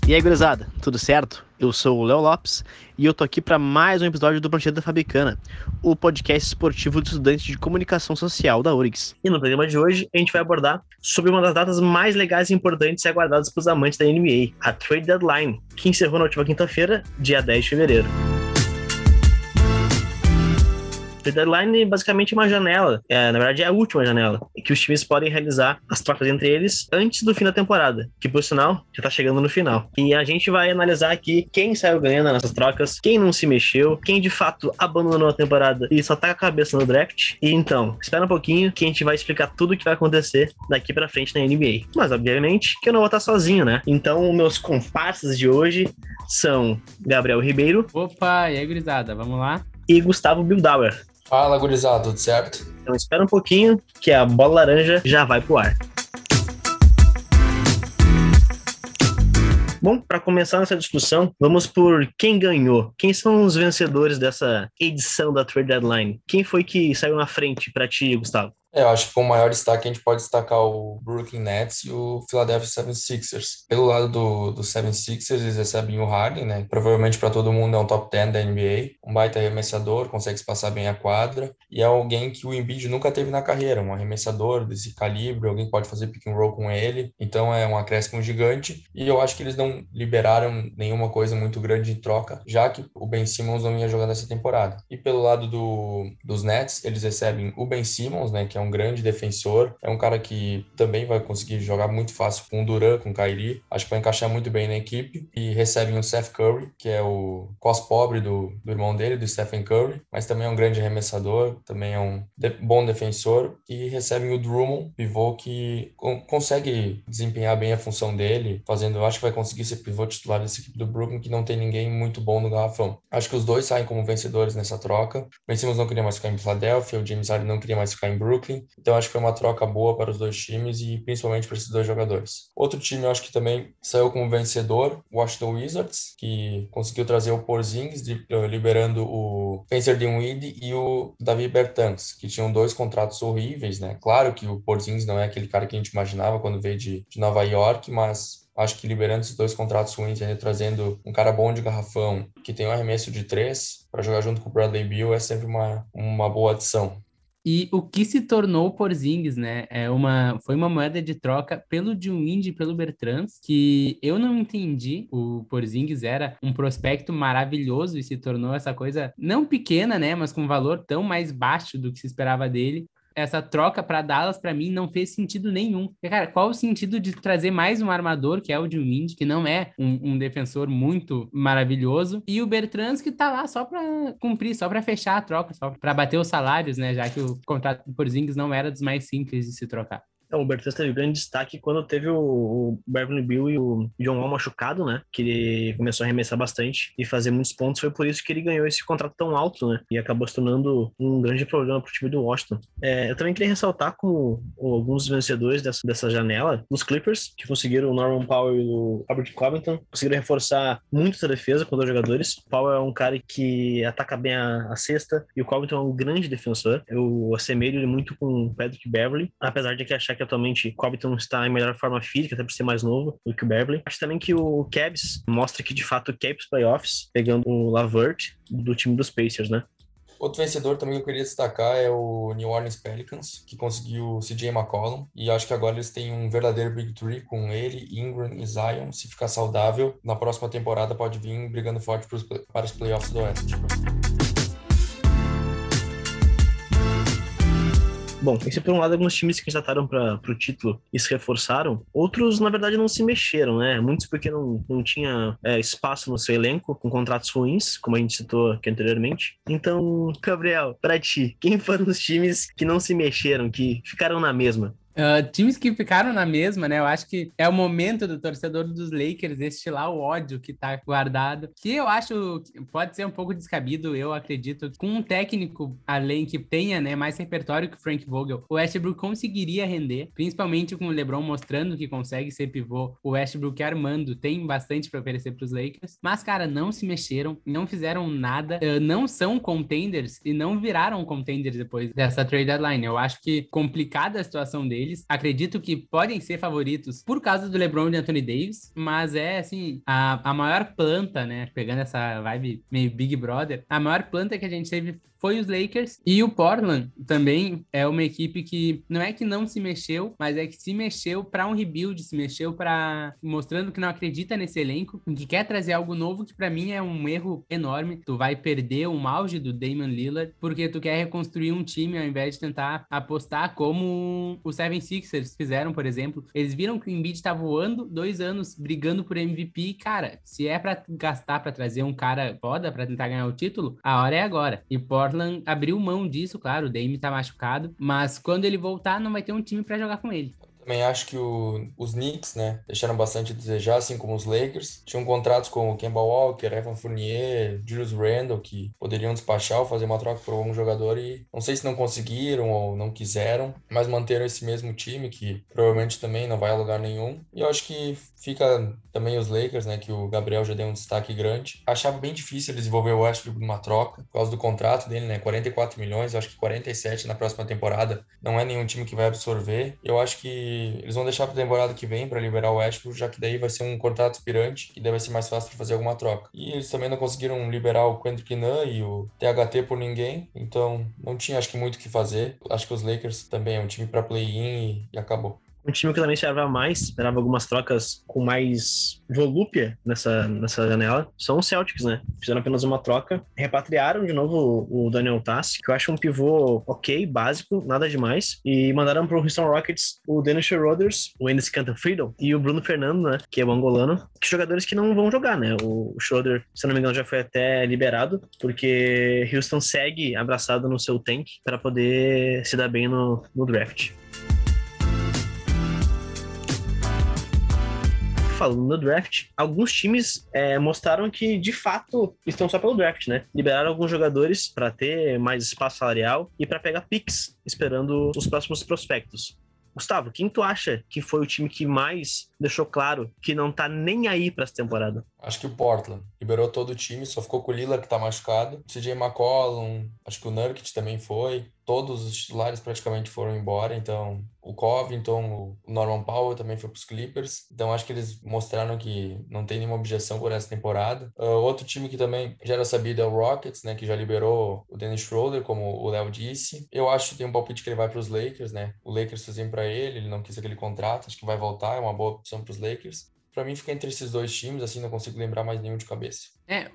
E aí, gurizada, tudo certo? Eu sou o Léo Lopes e eu tô aqui para mais um episódio do Prancheta Fabicana, o podcast esportivo dos estudantes de comunicação social da URGS. E no programa de hoje, a gente vai abordar sobre uma das datas mais legais e importantes e aguardadas pelos amantes da NBA, a Trade Deadline, que encerrou na última quinta-feira, dia 10 de fevereiro. A deadline é basicamente uma janela, na verdade é a última janela, que os times podem realizar as trocas entre eles antes do fim da temporada, que por sinal já tá chegando no final. E a gente vai analisar aqui quem saiu ganhando nessas trocas, quem não se mexeu, quem de fato abandonou a temporada e só tá com a cabeça no draft. E então, espera um pouquinho que a gente vai explicar tudo o que vai acontecer daqui pra frente na NBA. Mas obviamente que eu não vou estar sozinho, né? Então, meus comparsas de hoje são Gabriel Ribeiro. Opa, e aí, gurizada, vamos lá? E Gustavo Bildauer. Fala, gurizada, tudo certo? Então espera um pouquinho que a bola laranja já vai pro ar. Bom, para começar nossa discussão, vamos por quem ganhou. Quem são os vencedores dessa edição da Trade Deadline? Quem foi que saiu na frente para ti, Gustavo? Eu acho que com o maior destaque a gente pode destacar o Brooklyn Nets e o Philadelphia 76ers. Pelo lado do 76ers, eles recebem o Harden, né? Provavelmente para todo mundo é um top 10 da NBA. Um baita arremessador, consegue se passar bem a quadra. E é alguém que o Embiid nunca teve na carreira, um arremessador desse calibre, alguém que pode fazer pick and roll com ele. Então é um acréscimo gigante. E eu acho que eles não liberaram nenhuma coisa muito grande em troca, já que o Ben Simmons não ia jogar nessa temporada. E pelo lado dos Nets, eles recebem o Ben Simmons, né? Que é um grande defensor, é um cara que também vai conseguir jogar muito fácil com o Durant, com o Kyrie, acho que vai encaixar muito bem na equipe, e recebem o Seth Curry, que é o cos-pobre do irmão dele, do Stephen Curry, mas também é um grande arremessador, também é um bom defensor, e recebem o Drummond, pivô que consegue desempenhar bem a função dele, eu acho que vai conseguir ser pivô titular dessa equipe do Brooklyn, que não tem ninguém muito bom no garrafão. Acho que os dois saem como vencedores nessa troca. O Ben Simmons não queria mais ficar em Philadelphia, o James Harden não queria mais ficar em Brooklyn, então acho que foi uma troca boa para os dois times e principalmente para esses dois jogadores. Outro time eu acho que também saiu como vencedor, o Washington Wizards, que conseguiu trazer o Porzingis, liberando o Spencer Dinwiddie e o Davi Bertans, que tinham dois contratos horríveis, né? Claro que o Porzingis não é aquele cara que a gente imaginava quando veio de Nova York, mas acho que liberando esses dois contratos ruins e ainda trazendo um cara bom de garrafão, que tem um arremesso de 3 para jogar junto com o Bradley Beal, é sempre uma boa adição. E o que se tornou o Porzingis, né? Foi uma moeda de troca pelo Dinwiddie e pelo Bertans, que eu não entendi. O Porzingis era um prospecto maravilhoso e se tornou essa coisa não pequena, né? Mas com um valor tão mais baixo do que se esperava dele. Essa troca para Dallas, para mim, não fez sentido nenhum. Porque, cara, qual o sentido de trazer mais um armador, que é o Dinwiddie, que não é um defensor muito maravilhoso, e o Bertans, que tá lá só para cumprir, só para fechar a troca, só para bater os salários, né? Já que o contrato do Porzingis não era dos mais simples de se trocar. O Bertans teve grande destaque quando teve o Bradley Beal e o John Wall machucado, né? Que ele começou a arremessar bastante e fazer muitos pontos. Foi por isso que ele ganhou esse contrato tão alto, né? E acabou se tornando um grande problema pro time do Washington. Eu também queria ressaltar como alguns vencedores dessa janela, os Clippers, que conseguiram o Norman Powell e o Robert Covington, conseguiram reforçar muito essa defesa com dois jogadores. O Powell é um cara que ataca bem a cesta e o Covington é um grande defensor. Eu assemelho ele muito com o Patrick Beverley, apesar de que achar que atualmente o Covington está em melhor forma física, até por ser mais novo do que o Beverley. Acho também que o Cavs mostra que de fato quer ir para os playoffs, pegando o LeVert do time dos Pacers, né? Outro vencedor também que eu queria destacar é o New Orleans Pelicans, que conseguiu o CJ McCollum, e acho que agora eles têm um verdadeiro Big Three com ele, Ingram e Zion. Se ficar saudável, na próxima temporada pode vir brigando forte para os playoffs do Oeste. Bom, esse por um lado, alguns times que candidataram para o título e se reforçaram, outros, na verdade, não se mexeram, né? Muitos porque não tinha espaço no seu elenco, com contratos ruins, como a gente citou aqui anteriormente. Então, Gabriel, para ti, quem foram os times que não se mexeram, que ficaram na mesma? Times que ficaram na mesma, né? Eu acho que é o momento do torcedor dos Lakers destilar o ódio que tá guardado, que eu acho que pode ser um pouco descabido, eu acredito, com um técnico além que tenha, né, mais repertório que o Frank Vogel, o Westbrook conseguiria render, principalmente com o LeBron mostrando que consegue ser pivô. O Westbrook armando tem bastante para oferecer para os Lakers, mas, cara, não se mexeram, não fizeram nada, não são contenders e não viraram contenders depois dessa trade deadline. Eu acho que complicada a situação deles, eles. Acredito que podem ser favoritos por causa do LeBron e Anthony Davis, mas é, assim, a maior planta, né? Pegando essa vibe meio Big Brother, a maior planta que a gente teve foi os Lakers, e o Portland também é uma equipe que não é que não se mexeu, mas é que se mexeu para um rebuild, se mexeu para mostrando que não acredita nesse elenco, que quer trazer algo novo, que para mim é um erro enorme. Tu vai perder um auge do Damian Lillard porque tu quer reconstruir um time ao invés de tentar apostar como os 76ers fizeram, por exemplo. Eles viram que o Embiid tá voando 2 anos brigando por MVP, cara, se é para gastar para trazer um cara foda para tentar ganhar o título, a hora é agora. E Portland abriu mão disso, claro, o Dame tá machucado, mas quando ele voltar, não vai ter um time pra jogar com ele. Também acho que os Knicks, né, deixaram bastante a desejar, assim como os Lakers. Tinham contratos com o Kemba Walker, Evan Fournier, Julius Randle, que poderiam despachar ou fazer uma troca por algum jogador e não sei se não conseguiram ou não quiseram, mas manteram esse mesmo time, que provavelmente também não vai a lugar nenhum. E eu acho que fica também os Lakers, né, que o Gabriel já deu um destaque grande. Achava bem difícil eles desenvolver o Westbrook numa troca, por causa do contrato dele, né, 44 milhões, eu acho que 47 na próxima temporada. Não é nenhum time que vai absorver. Eu acho que eles vão deixar para a temporada que vem para liberar o Westbrook, já que daí vai ser um contrato aspirante e daí vai ser mais fácil para fazer alguma troca. E eles também não conseguiram liberar o Kendrick Nunn e o THT por ninguém, então não tinha, acho que, muito o que fazer. Acho que os Lakers também é um time para play-in e acabou. Um time que eu também esperava mais, esperava algumas trocas com mais volúpia nessa janela, são os Celtics, né? Fizeram apenas uma troca, repatriaram de novo o Daniel Theis, que eu acho um pivô ok, básico, nada demais, e mandaram pro Houston Rockets o Dennis Schroeder, o Enes Kanter Freedom e o Bruno Fernando, né? Que é o angolano, que jogadores que não vão jogar, né? O Schroeder, se eu não me engano, já foi até liberado, porque Houston segue abraçado no seu tank para poder se dar bem no draft. Falando no draft, alguns times mostraram que, de fato, estão só pelo draft, né? Liberaram alguns jogadores para ter mais espaço salarial e para pegar picks, esperando os próximos prospectos. Gustavo, quem tu acha que foi o time que mais deixou claro que não tá nem aí para essa temporada? Acho que o Portland liberou todo o time, só ficou com o Lillard, que tá machucado. CJ McCollum, acho que o Nurkic também foi. Todos os titulares praticamente foram embora, então o Covington, o Norman Powell também foi pros Clippers. Então acho que eles mostraram que não tem nenhuma objeção por essa temporada. Outro time que também já era sabido é o Rockets, né, que já liberou o Dennis Schroeder, como o Léo disse. Eu acho que tem um palpite que ele vai pros Lakers, né? O Lakers fez bem pra ele não quis aquele contrato, acho que vai voltar, é uma boa opção pros Lakers. Pra mim fica entre esses dois times, assim, não consigo lembrar mais nenhum de cabeça.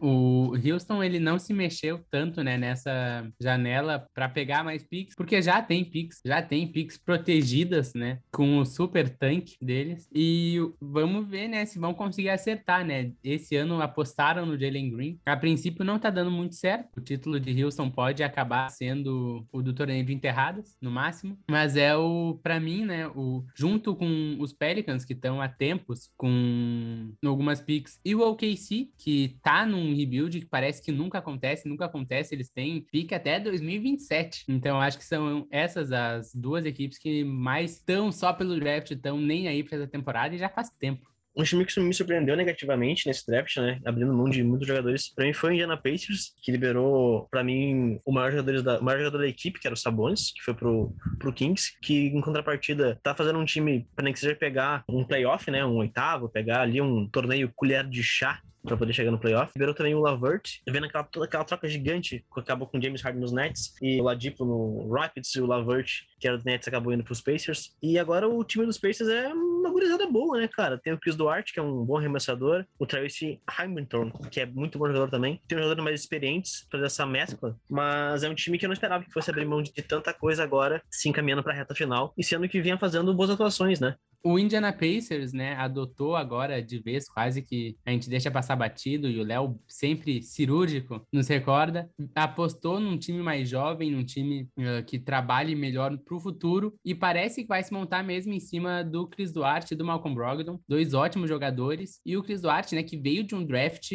O Houston, ele não se mexeu tanto, né, nessa janela para pegar mais picks, porque já tem picks protegidas, né, com o super tanque deles, e vamos ver, né, se vão conseguir acertar, né. Esse ano apostaram no Jalen Green, a princípio não tá dando muito certo, o título de Houston pode acabar sendo o do torneio de enterradas, no máximo, mas para mim, né, junto com os Pelicans, que estão há tempos com algumas picks, e o OKC, que tá num rebuild que parece que nunca acontece, eles têm pique até 2027. Então, acho que são essas as duas equipes que mais estão só pelo draft, estão nem aí para essa temporada e já faz tempo. Um time que me surpreendeu negativamente nesse draft, né? Abrindo mão de muitos jogadores. Pra mim foi o Indiana Pacers, que liberou, pra mim, o maior jogador da equipe, que era o Sabonis, que foi pro Kings, que em contrapartida tá fazendo um time, pra nem que seja pegar um playoff, né? Um oitavo, pegar ali um torneio colher de chá para poder chegar no playoff. Liberou também o LeVert, vendo toda aquela troca gigante que acabou com o James Harden nos Nets e o Ladipo no Rockets e o LeVert, que era do Nets, acabou indo pros Pacers. E agora o time dos Pacers é uma gurizada boa, né, cara? Tem o Chris Duarte, que é um bom arremessador, o Tracy Hamilton, que é muito bom jogador também. Tem jogadores mais experientes para essa mescla, mas é um time que eu não esperava que fosse abrir mão de tanta coisa agora, se encaminhando para a reta final e sendo que vinha fazendo boas atuações, né? O Indiana Pacers, né, adotou agora de vez, quase que a gente deixa passar batido, e o Léo, sempre cirúrgico, nos recorda, apostou num time mais jovem, num time que trabalhe melhor pro futuro, e parece que vai se montar mesmo em cima do Chris Duarte e do Malcolm Brogdon, dois ótimos jogadores, e o Chris Duarte, né, que veio de um draft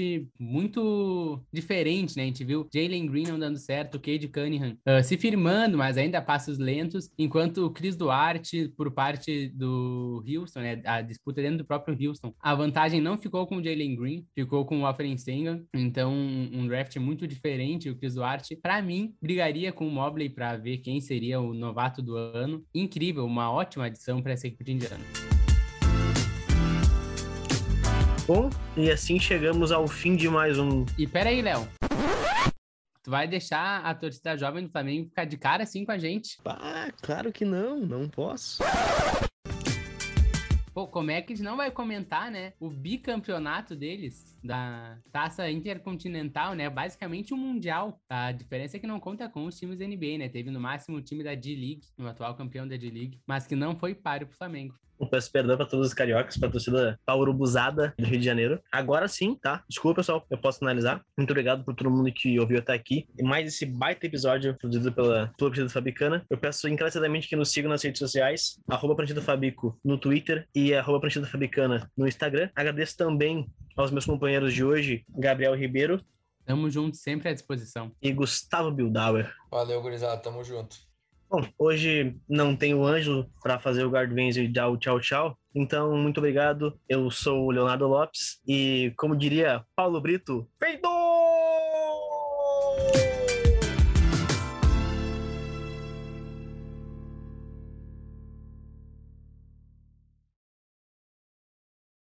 muito diferente, né, a gente viu Jalen Green não dando certo, o Cade Cunningham se firmando, mas ainda a passos lentos, enquanto o Chris Duarte, por parte do Houston, né? A disputa dentro do próprio Houston. A vantagem não ficou com o Jalen Green, ficou com o Alperen Sengun. Então, um draft muito diferente. O Chris Duarte, para mim, brigaria com o Mobley para ver quem seria o novato do ano. Incrível, uma ótima adição para essa equipe de Indiana. Bom, e assim chegamos ao fim de mais um... E peraí, Léo. Tu vai deixar a torcida jovem do Flamengo ficar de cara assim com a gente? Ah, claro que não posso. Pô, como é que a gente não vai comentar, né? O bicampeonato deles, da Taça Intercontinental, né? Basicamente um mundial. A diferença é que não conta com os times da NBA, né? Teve no máximo o time da D-League, o atual campeão da D-League, mas que não foi páreo pro Flamengo. Peço perdão para todos os cariocas, para a torcida paurubuzada do Rio de Janeiro. Agora sim, tá? Desculpa, pessoal, eu posso finalizar. Muito obrigado por todo mundo que ouviu até aqui. E mais esse baita episódio produzido pela Torcida Fabicana. Eu peço encarecidamente que nos sigam nas redes sociais, @PranchidaFabico no Twitter e @PranchidaFabicana no Instagram. Agradeço também aos meus companheiros de hoje, Gabriel Ribeiro. Tamo junto, sempre à disposição. E Gustavo Bildauer. Valeu, gurizada, tamo junto. Bom, hoje não tem o Ângelo para fazer o Guard Venzo e dar o tchau. Então, muito obrigado. Eu sou o Leonardo Lopes e, como diria Paulo Brito, feito!